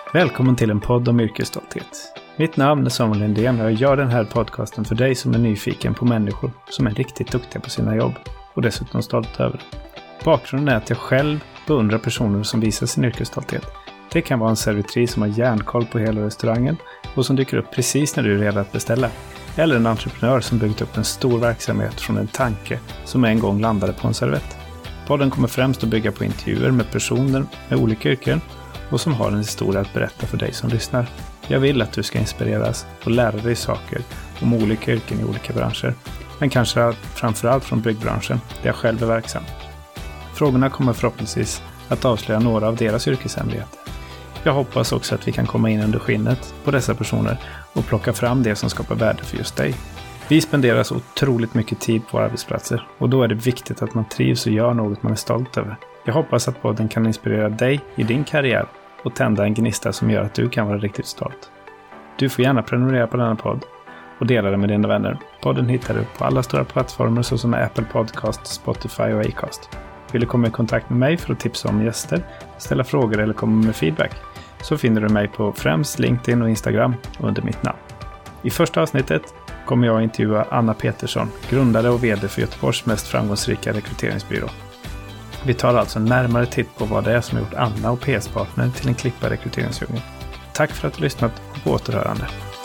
Välkommen till en podd om yrkesstolthet. Mitt namn är Samuel Lindén och jag gör den här podcasten för dig som är nyfiken på människor som är riktigt duktiga på sina jobb och dessutom stolta över det. Bakgrunden är att jag själv beundrar personer som visar sin yrkesstolthet. Det kan vara en servitris som har järnkoll på hela restaurangen och som dyker upp precis när du är redo att beställa. Eller en entreprenör som byggt upp en stor verksamhet från en tanke som en gång landade på en servett. Podden kommer främst att bygga på intervjuer med personer med olika yrken och som har en historia att berätta för dig som lyssnar. Jag vill att du ska inspireras och lära dig saker om olika yrken i olika branscher. Men kanske framförallt från byggbranschen, där jag själv är verksam. Frågorna kommer förhoppningsvis att avslöja några av deras yrkeshemligheter. Jag hoppas också att vi kan komma in under skinnet på dessa personer och plocka fram det som skapar värde för just dig. Vi spenderar så otroligt mycket tid på arbetsplatser och då är det viktigt att man trivs och gör något man är stolt över. Jag hoppas att podden kan inspirera dig i din karriär och tända en gnista som gör att du kan vara riktigt stolt. Du får gärna prenumerera på denna podd och dela den med dina vänner. Podden hittar du på alla stora plattformar såsom Apple Podcast, Spotify och Acast. Vill du komma i kontakt med mig för att tipsa om gäster, ställa frågor eller komma med feedback så finner du mig på främst LinkedIn och Instagram under mitt namn. I första avsnittet kommer jag att intervjua Anna Petersson, grundare och vd för Göteborgs mest framgångsrika rekryteringsbyrå. Vi tar alltså en närmare titt på vad det är som har gjort Anna och PS-partner till en klippad rekryteringsdjungel. Tack för att du lyssnat och på återhörande.